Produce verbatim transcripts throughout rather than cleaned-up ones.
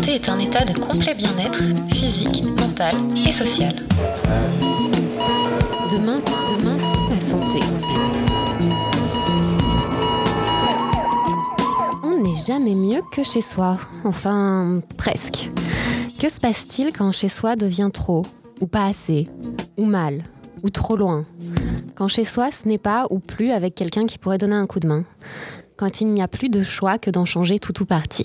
santé est un état de complet bien-être physique, mental et social. Demain, demain, la santé. On n'est jamais mieux que chez soi. Enfin, presque. Que se passe-t-il quand chez soi devient trop, ou pas assez, ou mal, ou trop loin ? Quand chez soi, ce n'est pas ou plus avec quelqu'un qui pourrait donner un coup de main. Quand il n'y a plus de choix que d'en changer tout ou partie.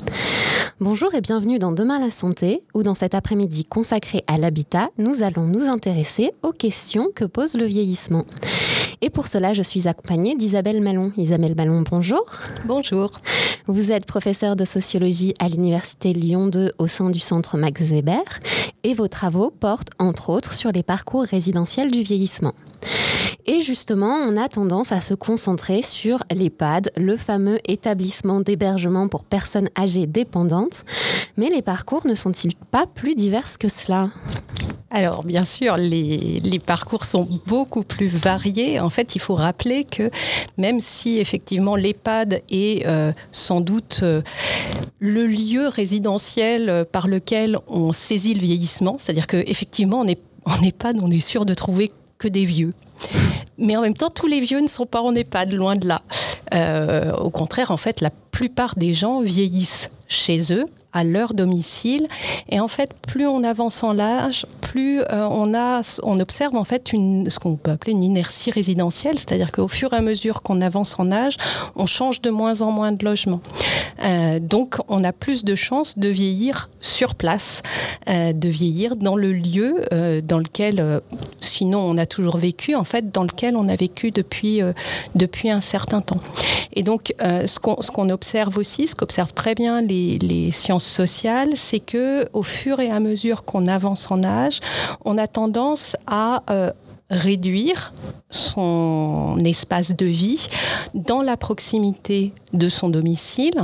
Bonjour et bienvenue dans Demain la santé, où dans cet après-midi consacré à l'habitat, nous allons nous intéresser aux questions que pose le vieillissement. Et pour cela, je suis accompagnée d'Isabelle Malon. Isabelle Malon, bonjour. Bonjour. Vous êtes professeure de sociologie à l'Université Lyon deux au sein du centre Max Weber et vos travaux portent entre autres sur les parcours résidentiels du vieillissement. Et justement, on a tendance à se concentrer sur l'EHPAD, le fameux établissement d'hébergement pour personnes âgées dépendantes. Mais les parcours ne sont-ils pas plus divers que cela ? Alors, bien sûr, les, les parcours sont beaucoup plus variés. En fait, il faut rappeler que même si, effectivement, l'EHPAD est euh, sans doute euh, le lieu résidentiel par lequel on saisit le vieillissement, c'est-à-dire qu'effectivement, on est, en EHPAD, on est sûr de trouver que des vieux. Mais en même temps, tous les vieux ne sont pas en EHPAD, loin de là. Euh, au contraire, en fait, la plupart des gens vieillissent chez eux, à leur domicile. Et en fait, plus on avance en âge, plus euh, on, a, on observe en fait une, ce qu'on peut appeler une inertie résidentielle, c'est-à-dire qu'au fur et à mesure qu'on avance en âge, on change de moins en moins de logements. Euh, donc, on a plus de chances de vieillir sur place, euh, de vieillir dans le lieu euh, dans lequel, euh, sinon on a toujours vécu, en fait, dans lequel on a vécu depuis, euh, depuis un certain temps. Et donc, euh, ce, qu'on, ce qu'on observe aussi, ce qu'observent très bien les, les sciences sociales, c'est qu'au fur et à mesure qu'on avance en âge, on a tendance à euh, réduire son espace de vie dans la proximité de son domicile.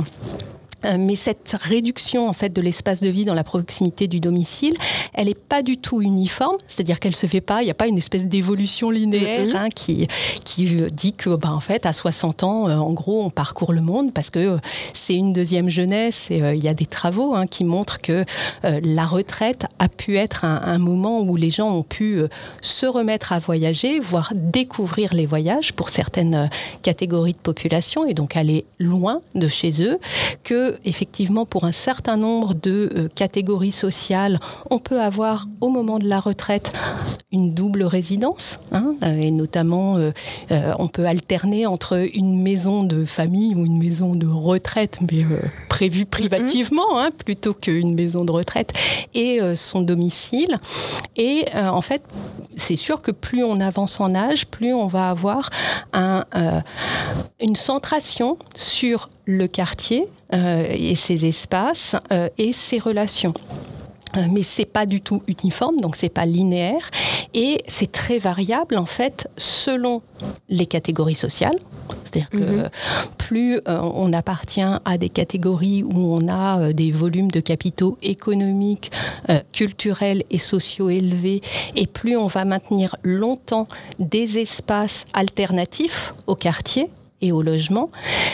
Mais cette réduction en fait de l'espace de vie dans la proximité du domicile, elle n'est pas du tout uniforme, c'est-à-dire qu'elle se fait pas, il n'y a pas une espèce d'évolution linéaire mm-hmm. hein, qui qui dit que bah en fait à soixante ans, euh, en gros, on parcourt le monde parce que euh, c'est une deuxième jeunesse. Et il euh, y a des travaux hein, qui montrent que euh, la retraite a pu être un, un moment où les gens ont pu euh, se remettre à voyager, voire découvrir les voyages pour certaines euh, catégories de population et donc aller loin de chez eux. Que effectivement, pour un certain nombre de euh, catégories sociales, on peut avoir au moment de la retraite une double résidence, hein, euh, et notamment euh, euh, on peut alterner entre une maison de famille ou une maison de retraite, mais euh, prévue privativement, hein, plutôt qu'une maison de retraite, et euh, son domicile. Et euh, en fait, c'est sûr que plus on avance en âge, plus on va avoir un, euh, une centration sur le quartier euh, et ses espaces euh, et ses relations. Euh, mais c'est pas du tout uniforme, donc c'est pas linéaire et c'est très variable en fait selon les catégories sociales. C'est-à-dire que mmh. plus euh, on appartient à des catégories où on a euh, des volumes de capitaux économiques, euh, culturels et sociaux élevés, et plus on va maintenir longtemps des espaces alternatifs au quartier et au logement.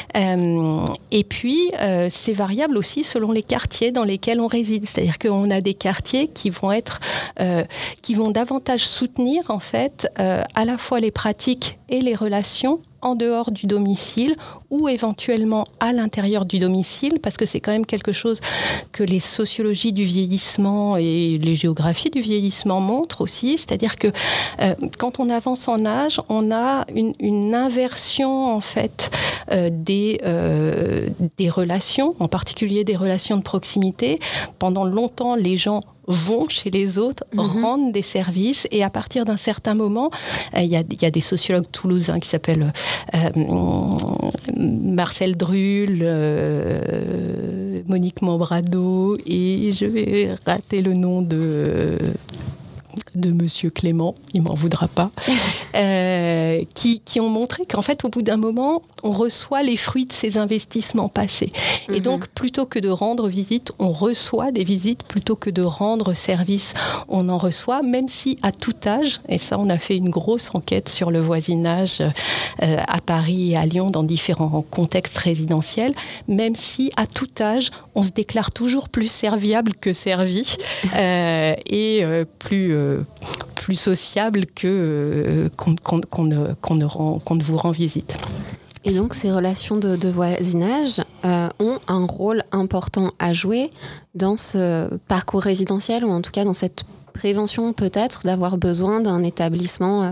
Euh, et puis, euh, c'est variable aussi selon les quartiers dans lesquels on réside. C'est-à-dire qu'on a des quartiers qui vont être, euh, qui vont davantage soutenir en fait euh, à la fois les pratiques et les relations en dehors du domicile ou éventuellement à l'intérieur du domicile, parce que c'est quand même quelque chose que les sociologies du vieillissement et les géographies du vieillissement montrent aussi, c'est-à-dire que euh, quand on avance en âge, on a une, une inversion en fait euh, des, euh, des relations, en particulier des relations de proximité. Pendant longtemps, les gens vont chez les autres, mmh. rendent des services et à partir d'un certain moment, il y a, y a des sociologues toulousains qui s'appellent euh, Marcel Drull, euh, Monique Membrado et je vais rater le nom de... de Monsieur Clément, il m'en voudra pas, euh, qui, qui ont montré qu'en fait, au bout d'un moment, on reçoit les fruits de ces investissements passés. Et mmh. donc, plutôt que de rendre visite, on reçoit des visites. Plutôt que de rendre service, on en reçoit, même si à tout âge, et ça, on a fait une grosse enquête sur le voisinage euh, à Paris et à Lyon, dans différents contextes résidentiels, même si à tout âge, on se déclare toujours plus serviable que servi, euh, et euh, plus... Euh, plus sociable que, euh, qu'on, qu'on, qu'on, ne, qu'on, ne rend, qu'on ne vous rend visite. Et donc ces relations de, de voisinage euh, ont un rôle important à jouer dans ce parcours résidentiel, ou en tout cas dans cette prévention peut-être d'avoir besoin d'un établissement. Euh...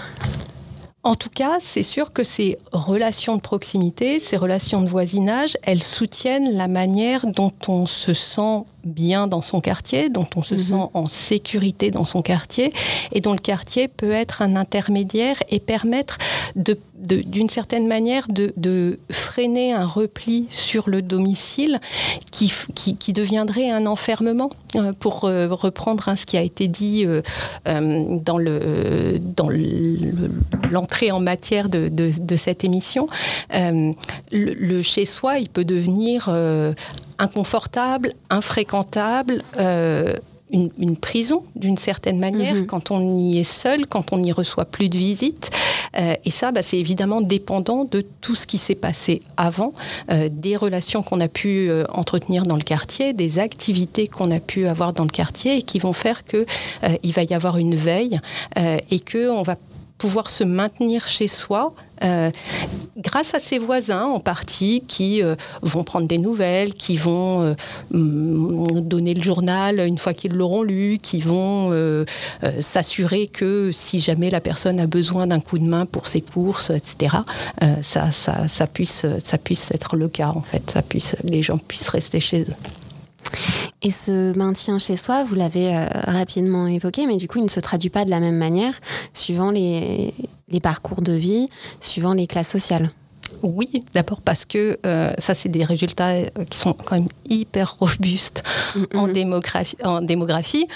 En tout cas, c'est sûr que ces relations de proximité, ces relations de voisinage, elles soutiennent la manière dont on se sent bien dans son quartier, dont on se mmh. sent en sécurité dans son quartier, et dont le quartier peut être un intermédiaire et permettre de, de, d'une certaine manière de, de freiner un repli sur le domicile qui, qui, qui deviendrait un enfermement, euh, pour euh, reprendre hein, ce qui a été dit euh, euh, dans, le, dans le, l'entrée en matière de, de, de cette émission. Euh, le, le chez-soi, il peut devenir euh, inconfortable, infréquentable, euh, une, une prison d'une certaine manière, mmh. quand on y est seul, quand on n'y reçoit plus de visites. Euh, et ça, bah, c'est évidemment dépendant de tout ce qui s'est passé avant, euh, des relations qu'on a pu euh, entretenir dans le quartier, des activités qu'on a pu avoir dans le quartier, et qui vont faire qu'il euh, va y avoir une veille euh, et qu'on va pouvoir se maintenir chez soi euh, grâce à ses voisins en partie qui euh, vont prendre des nouvelles, qui vont euh, donner le journal une fois qu'ils l'auront lu, qui vont euh, euh, s'assurer que si jamais la personne a besoin d'un coup de main pour ses courses, et cetera, euh, ça, ça, ça, puisse, ça puisse être le cas en fait, ça puisse, les gens puissent rester chez eux. Et ce maintien chez soi, vous l'avez euh, rapidement évoqué, mais du coup, il ne se traduit pas de la même manière suivant les, les parcours de vie, suivant les classes sociales. Oui, d'abord parce que euh, ça, c'est des résultats qui sont quand même hyper robustes mm-hmm. en démographie. En démographie,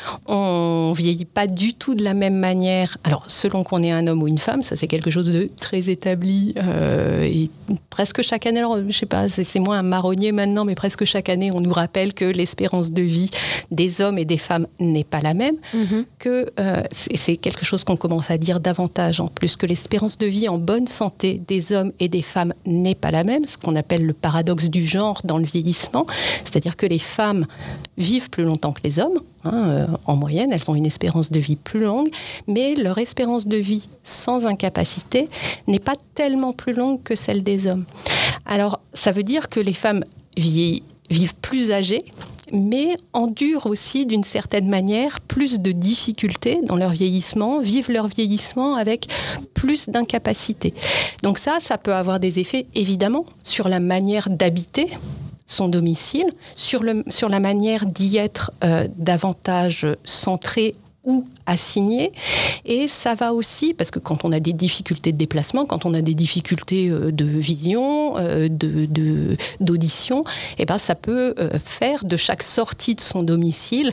on vieillit pas du tout de la même manière. Alors, selon qu'on est un homme ou une femme, ça c'est quelque chose de très établi. Euh, et presque chaque année, alors je sais pas, c'est, c'est moins un marronnier maintenant, mais presque chaque année, on nous rappelle que l'espérance de vie des hommes et des femmes n'est pas la même. Mm-hmm. Que euh, c'est, c'est quelque chose qu'on commence à dire davantage en plus, que l'espérance de vie en bonne santé des hommes et des femmes n'est pas la même, ce qu'on appelle le paradoxe du genre dans le vieillissement, c'est-à-dire que les femmes vivent plus longtemps que les hommes, hein, euh, en moyenne, elles ont une espérance de vie plus longue, mais leur espérance de vie sans incapacité n'est pas tellement plus longue que celle des hommes. Alors, ça veut dire que les femmes vieillissent, vivent plus âgées, mais endurent aussi d'une certaine manière plus de difficultés dans leur vieillissement, vivent leur vieillissement avec plus d'incapacité. Donc ça, ça peut avoir des effets évidemment sur la manière d'habiter son domicile, sur, le, sur la manière d'y être euh, davantage centré ou assigné, et ça va aussi, parce que quand on a des difficultés de déplacement, quand on a des difficultés de vision, de, de, d'audition, et ben ça peut faire de chaque sortie de son domicile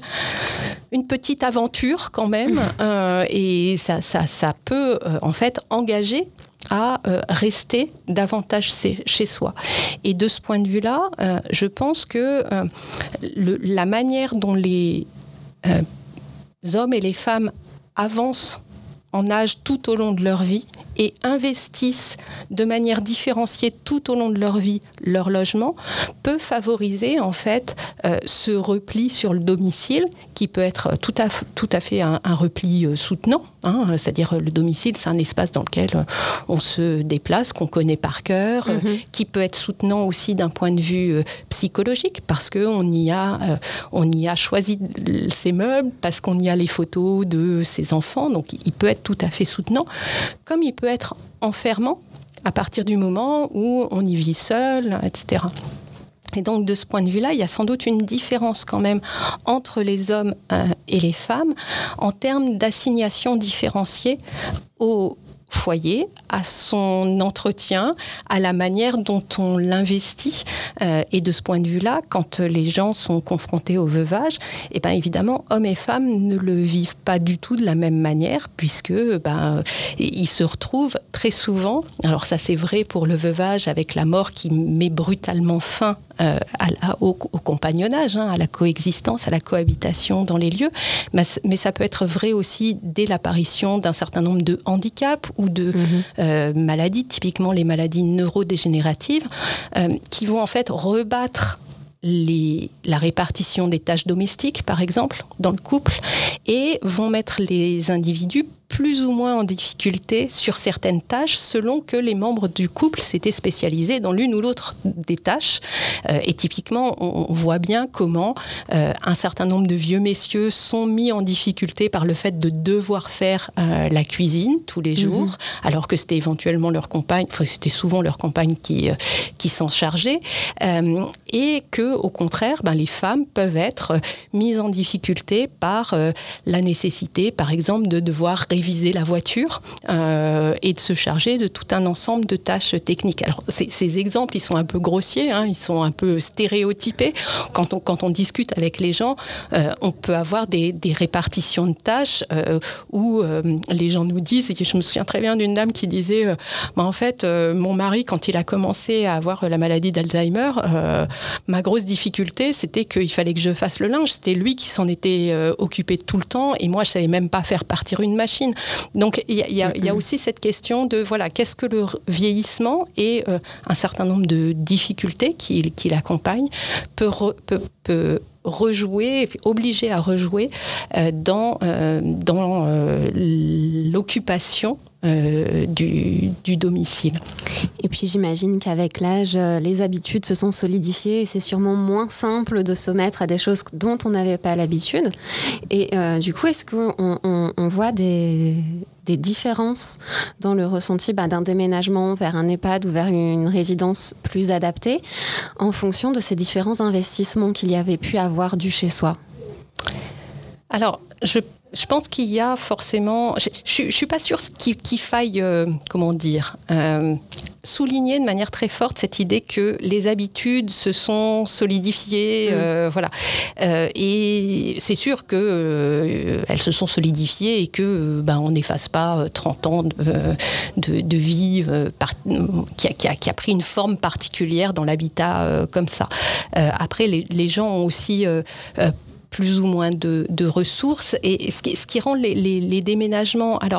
une petite aventure quand même, euh, et ça, ça, ça peut euh, en fait engager à euh, rester davantage chez soi. Et de ce point de vue-là, euh, je pense que euh, le, la manière dont les euh, hommes et les femmes avancent en âge tout au long de leur vie et investissent de manière différenciée tout au long de leur vie leur logement, peut favoriser en fait euh, ce repli sur le domicile qui peut être tout à, tout à fait un, un repli euh, soutenant, hein, c'est-à-dire le domicile, c'est un espace dans lequel euh, on se déplace, qu'on connaît par cœur, mm-hmm. euh, qui peut être soutenant aussi d'un point de vue euh, psychologique, parce qu'on y a, euh, on y a choisi ses meubles, parce qu'on y a les photos de ses enfants, donc il peut être tout à fait soutenant, comme il peut être enfermant à partir du moment où on y vit seul, et cetera. Et donc, de ce point de vue-là, il y a sans doute une différence quand même entre les hommes euh, et les femmes en termes d'assignation différenciée au foyer, à son entretien, à la manière dont on l'investit. Euh, et de ce point de vue-là, quand les gens sont confrontés au veuvage, eh ben, évidemment, hommes et femmes ne le vivent pas du tout de la même manière, puisque ben, ils se retrouvent très souvent, alors ça c'est vrai pour le veuvage avec la mort qui met brutalement fin Euh, à, à, au, au compagnonnage, hein, à la coexistence, à la cohabitation dans les lieux, mais, mais ça peut être vrai aussi dès l'apparition d'un certain nombre de handicaps ou de mmh. euh, maladies, typiquement les maladies neurodégénératives, euh, qui vont en fait rebattre Les, la répartition des tâches domestiques, par exemple, dans le couple, et vont mettre les individus plus ou moins en difficulté sur certaines tâches selon que les membres du couple s'étaient spécialisés dans l'une ou l'autre des tâches. Euh, et typiquement, on, on voit bien comment euh, un certain nombre de vieux messieurs sont mis en difficulté par le fait de devoir faire euh, la cuisine tous les jours, mmh. alors que c'était éventuellement leur compagne, enfin c'était souvent leur compagne qui, euh, qui s'en chargeait, euh, et que au contraire, ben, les femmes peuvent être mises en difficulté par euh, la nécessité, par exemple, de devoir réviser la voiture euh, et de se charger de tout un ensemble de tâches techniques. Alors, ces, ces exemples, ils sont un peu grossiers, hein, ils sont un peu stéréotypés. Quand on, quand on discute avec les gens, euh, on peut avoir des, des répartitions de tâches euh, où euh, les gens nous disent, et je me souviens très bien d'une dame qui disait, euh, bah, en fait, euh, mon mari, quand il a commencé à avoir la maladie d'Alzheimer, euh, ma grosse difficulté, c'était qu'il fallait que je fasse le linge. C'était lui qui s'en était euh, occupé tout le temps, et moi, je savais même pas faire partir une machine. Donc, il y, y, y a aussi cette question de, voilà, qu'est-ce que le vieillissement et euh, un certain nombre de difficultés qui, qui l'accompagnent peut, re, peut, peut rejouer, obliger à rejouer euh, dans, euh, dans euh, l'occupation Euh, du, du domicile. Et puis j'imagine qu'avec l'âge, les habitudes se sont solidifiées et c'est sûrement moins simple de se mettre à des choses dont on n'avait pas l'habitude. Et euh, du coup, est-ce qu'on on, on voit des, des différences dans le ressenti bah, d'un déménagement vers un EHPAD ou vers une résidence plus adaptée en fonction de ces différents investissements qu'il y avait pu avoir du chez soi? Alors, je Je pense qu'il y a forcément... Je ne suis pas sûre qu'il, qu'il faille, euh, comment dire, euh, souligner de manière très forte cette idée que les habitudes se sont solidifiées. Mmh. Euh, voilà. Euh, et c'est sûr qu'elles euh, se sont solidifiées et qu'on euh, ben, on n'efface pas trente ans de, de, de vie euh, par, qui, a, qui, a, qui a pris une forme particulière dans l'habitat euh, comme ça. Euh, après, les, les gens ont aussi... Euh, euh, plus ou moins de, de ressources, et ce qui, ce qui rend les, les, les déménagements, alors,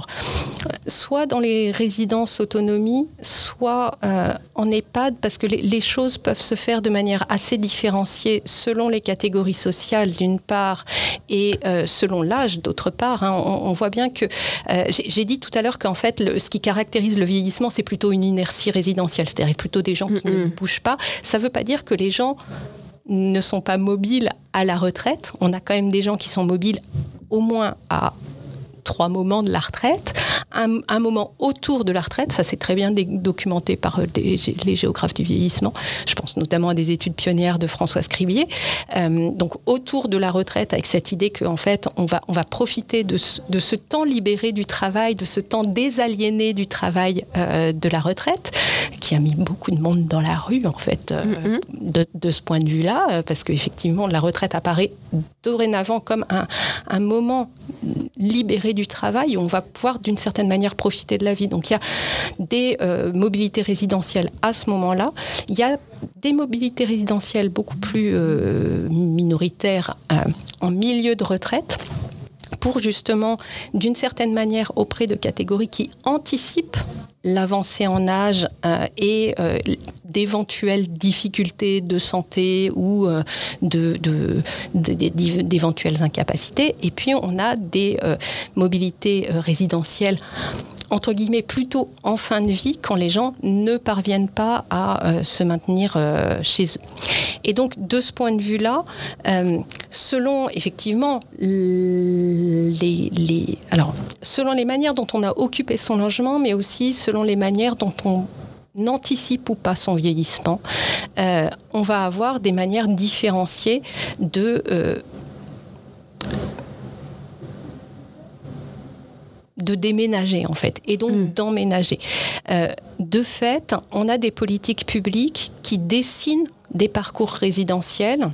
soit dans les résidences autonomie, soit euh, en EHPAD, parce que les, les choses peuvent se faire de manière assez différenciée selon les catégories sociales, d'une part, et euh, selon l'âge, d'autre part. Hein. On, on voit bien que, euh, j'ai, j'ai dit tout à l'heure qu'en fait, le, ce qui caractérise le vieillissement, c'est plutôt une inertie résidentielle, c'est-à-dire plutôt des gens qui mm-hmm. ne bougent pas. Ça ne veut pas dire que les gens ne sont pas mobiles à la retraite. On a quand même des gens qui sont mobiles au moins à trois moments de la retraite. Un, un moment autour de la retraite, ça c'est très bien documenté par des, les géographes du vieillissement. Je pense notamment à des études pionnières de Françoise Cribier. Euh, donc autour de la retraite, avec cette idée qu'en fait, on va, on va profiter de ce, de ce temps libéré du travail, de ce temps désaliéné du travail euh, de la retraite, qui a mis beaucoup de monde dans la rue, en fait, euh, mm-hmm. de, de ce point de vue-là, parce qu'effectivement, la retraite apparaît dorénavant comme un, un moment libéré du travail où on va pouvoir, d'une certaine manière, profiter de la vie. Donc, il y a des euh, mobilités résidentielles à ce moment-là. Il y a des mobilités résidentielles beaucoup plus euh, minoritaires euh, en milieu de retraite, pour justement, d'une certaine manière, auprès de catégories qui anticipent l'avancée en âge euh, et euh, d'éventuelles difficultés de santé ou euh, de, de, de, de, d'éventuelles incapacités. Et puis, on a des euh, mobilités euh, résidentielles entre guillemets, plutôt en fin de vie, quand les gens ne parviennent pas à euh, se maintenir euh, chez eux. Et donc, de ce point de vue-là, euh, selon, effectivement, les, les, alors, selon les manières dont on a occupé son logement, mais aussi selon les manières dont on n'anticipe ou pas son vieillissement, euh, on va avoir des manières différenciées de... Euh, de déménager en fait, et donc mmh. d'emménager. Euh, de fait, on a des politiques publiques qui dessinent des parcours résidentiels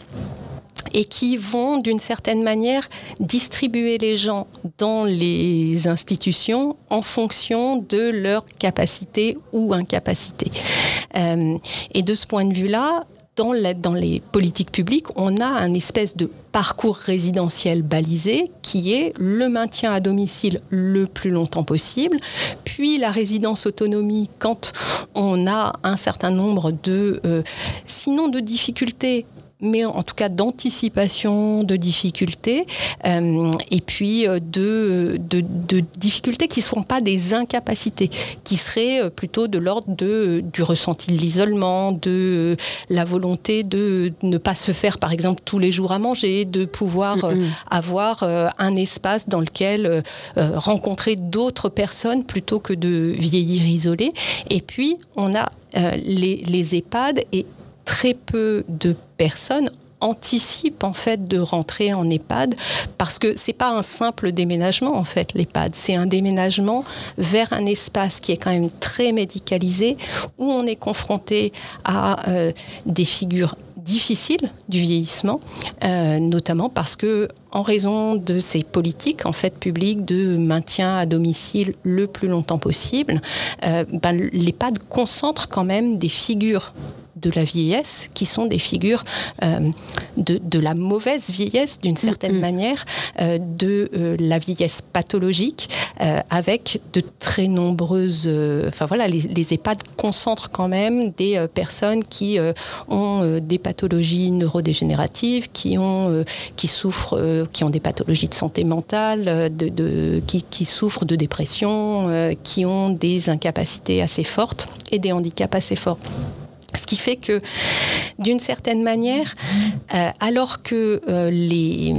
et qui vont d'une certaine manière distribuer les gens dans les institutions en fonction de leur capacité ou incapacité. Euh, et de ce point de vue-là, Dans, la, dans les politiques publiques, on a un espèce de parcours résidentiel balisé qui est le maintien à domicile le plus longtemps possible, puis la résidence autonomie quand on a un certain nombre de, euh, sinon de difficultés, mais en tout cas d'anticipation de difficultés, euh, et puis de, de, de difficultés qui ne sont pas des incapacités, qui seraient plutôt de l'ordre de, du ressenti de l'isolement, de la volonté de ne pas se faire, par exemple, tous les jours à manger, de pouvoir mm-hmm. avoir un espace dans lequel euh, rencontrer d'autres personnes plutôt que de vieillir isolé. Et puis, on a euh, les, les EHPAD et très peu de personnes anticipent en fait de rentrer en EHPAD parce que c'est pas un simple déménagement en fait l'EHPAD, c'est un déménagement vers un espace qui est quand même très médicalisé où on est confronté à euh, des figures difficiles du vieillissement, euh, notamment parce que en raison de ces politiques en fait publiques de maintien à domicile le plus longtemps possible, euh, ben, l'EHPAD concentre quand même des figures de la vieillesse, qui sont des figures euh, de, de la mauvaise vieillesse, d'une certaine mmh. manière, euh, de euh, la vieillesse pathologique, euh, avec de très nombreuses... Euh, enfin voilà, les, les EHPAD concentrent quand même des euh, personnes qui euh, ont euh, des pathologies neurodégénératives, qui, ont, euh, qui souffrent, euh, qui ont des pathologies de santé mentale, euh, de, de, qui, qui souffrent de dépression, euh, qui ont des incapacités assez fortes et des handicaps assez forts. Ce qui fait que, d'une certaine manière, euh, alors que euh, les,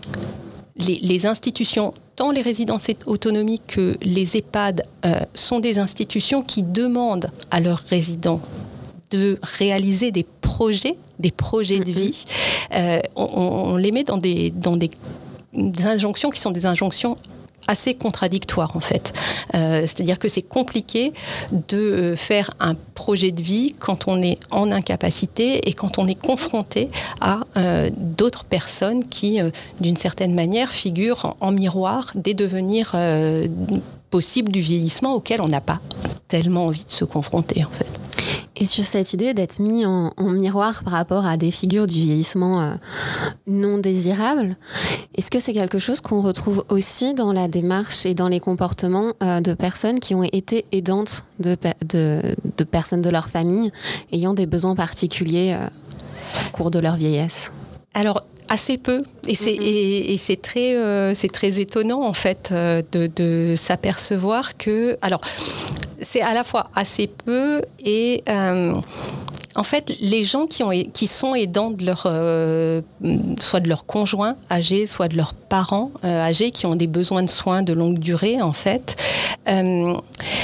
les, les institutions, tant les résidences autonomiques que les EHPAD, euh, sont des institutions qui demandent à leurs résidents de réaliser des projets, des projets de vie, euh, on, on les met dans des, dans des, des injonctions qui sont des injonctions assez contradictoire en fait. Euh, c'est-à-dire que c'est compliqué de faire un projet de vie quand on est en incapacité et quand on est confronté à euh, d'autres personnes qui, euh, d'une certaine manière, figurent en, en miroir des devenirs euh, possibles du vieillissement auquel on n'a pas tellement envie de se confronter en fait. Et sur cette idée d'être mis en, en miroir par rapport à des figures du vieillissement euh, non désirables, est-ce que c'est quelque chose qu'on retrouve aussi dans la démarche et dans les comportements euh, de personnes qui ont été aidantes de, de, de personnes de leur famille ayant des besoins particuliers euh, au cours de leur vieillesse ? Alors, assez peu, et c'est, mm-hmm. et, et c'est, très, euh, c'est très étonnant en fait euh, de, de s'apercevoir que... Alors, c'est à la fois assez peu et euh, en fait les gens qui, ont, qui sont aidants de leur, euh, soit de leurs conjoints âgés, soit de leurs parents euh, âgés qui ont des besoins de soins de longue durée en fait, euh,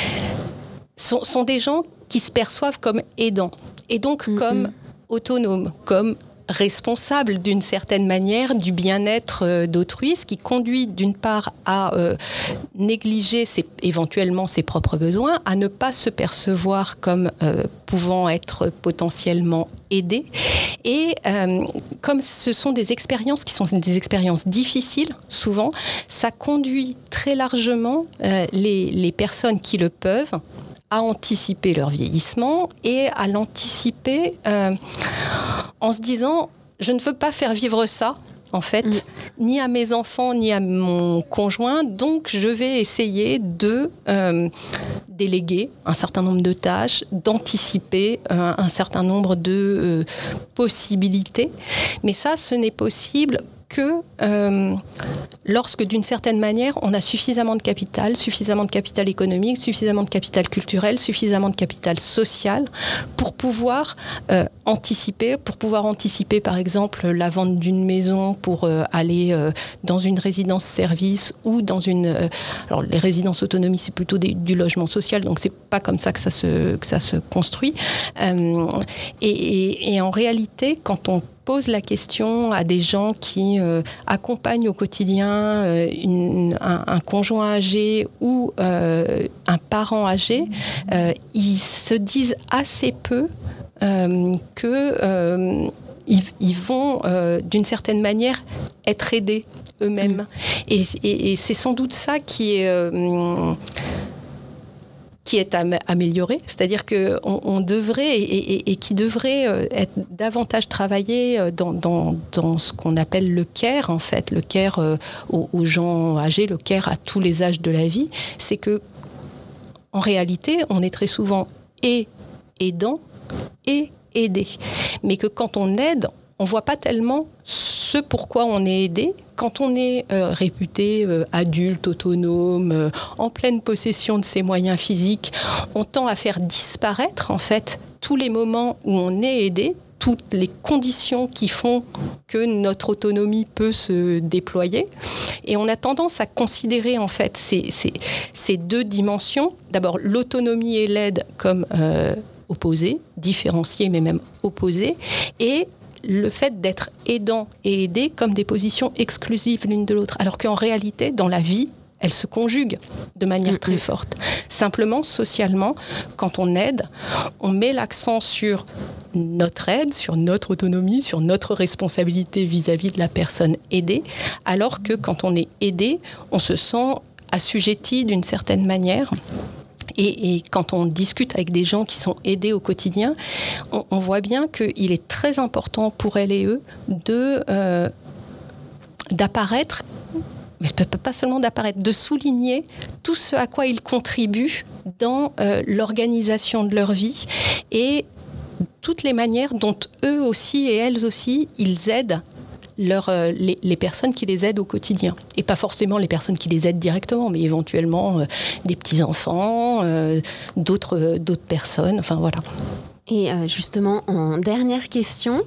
sont, sont des gens qui se perçoivent comme aidants et donc mm-hmm. comme autonomes, comme responsable d'une certaine manière du bien-être d'autrui, ce qui conduit d'une part à euh, négliger ses, éventuellement ses propres besoins, à ne pas se percevoir comme euh, pouvant être potentiellement aidés. Et euh, comme ce sont des expériences qui sont des expériences difficiles, souvent, ça conduit très largement euh, les, les personnes qui le peuvent à anticiper leur vieillissement et à l'anticiper euh, en se disant « je ne veux pas faire vivre ça ». En fait, mmh. ni à mes enfants, ni à mon conjoint. Donc, je vais essayer de euh, déléguer un certain nombre de tâches, d'anticiper euh, un certain nombre de euh, possibilités. Mais ça, ce n'est possible que euh, lorsque, d'une certaine manière, on a suffisamment de capital, suffisamment de capital économique, suffisamment de capital culturel, suffisamment de capital social pour pouvoir euh, anticiper, pour pouvoir anticiper, par exemple, la vente d'une maison pour euh, aller euh, dans une résidence-service ou dans une... Euh, alors, les résidences autonomie, c'est plutôt des, du logement social, donc c'est pas comme ça que ça se, que ça se construit. Euh, et, et, et en réalité, quand on pose la question à des gens qui euh, accompagnent au quotidien euh, une, un, un conjoint âgé ou euh, un parent âgé, euh, ils se disent assez peu euh, que euh, ils, ils vont euh, d'une certaine manière être aidés eux-mêmes. Mmh. Et, et, et c'est sans doute ça qui est euh, qui est amélioré, c'est-à-dire qu'on on devrait et, et, et qui devrait être davantage travaillé dans, dans, dans ce qu'on appelle le care, en fait, le care aux, aux gens âgés, le care à tous les âges de la vie. C'est que, en réalité, on est très souvent et aidant et aidé, mais que quand on aide, on voit pas tellement ce pourquoi on est aidé. Quand on est euh, réputé euh, adulte, autonome, euh, en pleine possession de ses moyens physiques, on tend à faire disparaître en fait tous les moments où on est aidé, toutes les conditions qui font que notre autonomie peut se déployer. Et on a tendance à considérer en fait ces, ces, ces deux dimensions, d'abord l'autonomie et l'aide comme euh, opposées, différenciées mais même opposées, et le fait d'être aidant et aidé comme des positions exclusives l'une de l'autre, alors qu'en réalité, dans la vie, elles se conjuguent de manière très forte. Simplement, socialement, quand on aide, on met l'accent sur notre aide, sur notre autonomie, sur notre responsabilité vis-à-vis de la personne aidée, alors que quand on est aidé, on se sent assujetti d'une certaine manière. Et, et quand on discute avec des gens qui sont aidés au quotidien, on, on voit bien qu'il est très important pour elles et eux de, euh, d'apparaître, mais pas seulement d'apparaître, de souligner tout ce à quoi ils contribuent dans euh, l'organisation de leur vie et toutes les manières dont eux aussi et elles aussi, ils aident Leur, euh, les, les personnes qui les aident au quotidien. Et pas forcément les personnes qui les aident directement, mais éventuellement euh, des petits-enfants, euh, d'autres, euh, d'autres personnes, enfin voilà. Et euh, justement, en dernière question,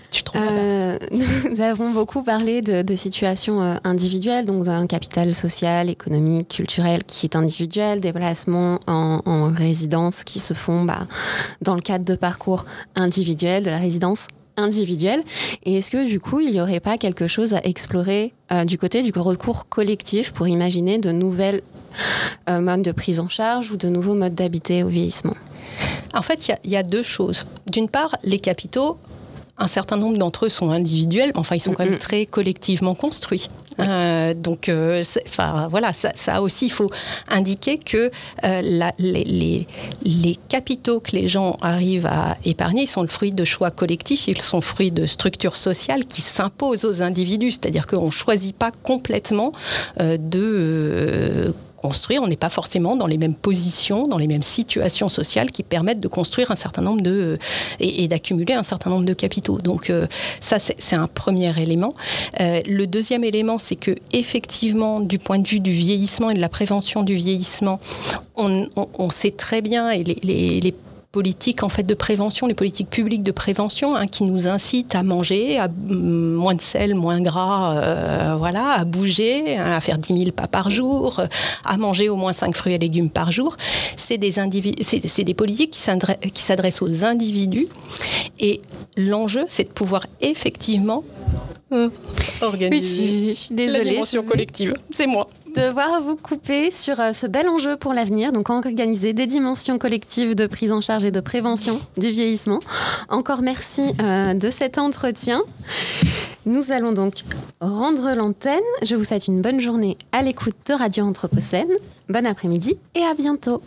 euh, nous avons beaucoup parlé de, de situations euh, individuelles, donc d'un capital social, économique, culturel qui est individuel, des placements en, en résidence qui se font bah, dans le cadre de parcours individuels, de la résidence individuelle. Et est-ce que du coup, il n'y aurait pas quelque chose à explorer euh, du côté du recours collectif pour imaginer de nouvelles euh, modes de prise en charge ou de nouveaux modes d'habiter au vieillissement ? En fait, il y, y a deux choses. D'une part, les capitaux, un certain nombre d'entre eux sont individuels, enfin ils sont quand même très collectivement construits. Euh, donc, euh, enfin, voilà, ça, ça aussi, il faut indiquer que euh, la, les, les, les capitaux que les gens arrivent à épargner, ils sont le fruit de choix collectifs, ils sont le fruit de structures sociales qui s'imposent aux individus. C'est-à-dire qu'on ne choisit pas complètement euh, de... Euh, construire, on n'est pas forcément dans les mêmes positions, dans les mêmes situations sociales qui permettent de construire un certain nombre de euh, et, et d'accumuler un certain nombre de capitaux. Donc euh, ça c'est, c'est un premier élément. Euh, le deuxième élément, c'est que effectivement, du point de vue du vieillissement et de la prévention du vieillissement, on, on, on sait très bien et les, les, les politiques en fait de prévention, les politiques publiques de prévention hein, qui nous incitent à manger, à moins de sel, moins gras, euh, voilà, à bouger, à faire dix mille pas par jour, à manger au moins cinq fruits et légumes par jour. C'est des, individu- c'est, c'est des politiques qui s'adressent, qui s'adressent aux individus et l'enjeu, c'est de pouvoir effectivement euh, organiser oui, je, je suis désolée, la dimension collective. C'est moi. Devoir vous couper sur euh, ce bel enjeu pour l'avenir, donc organiser des dimensions collectives de prise en charge et de prévention du vieillissement. Encore merci euh, de cet entretien. Nous allons donc rendre l'antenne. Je vous souhaite une bonne journée à l'écoute de Radio Anthropocène. Bon après-midi et à bientôt.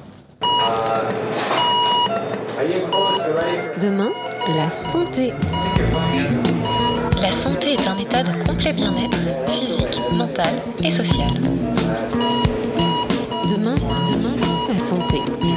Demain, la santé. La santé est un état de complet bien-être physique, mental et social. Demain, demain, la santé.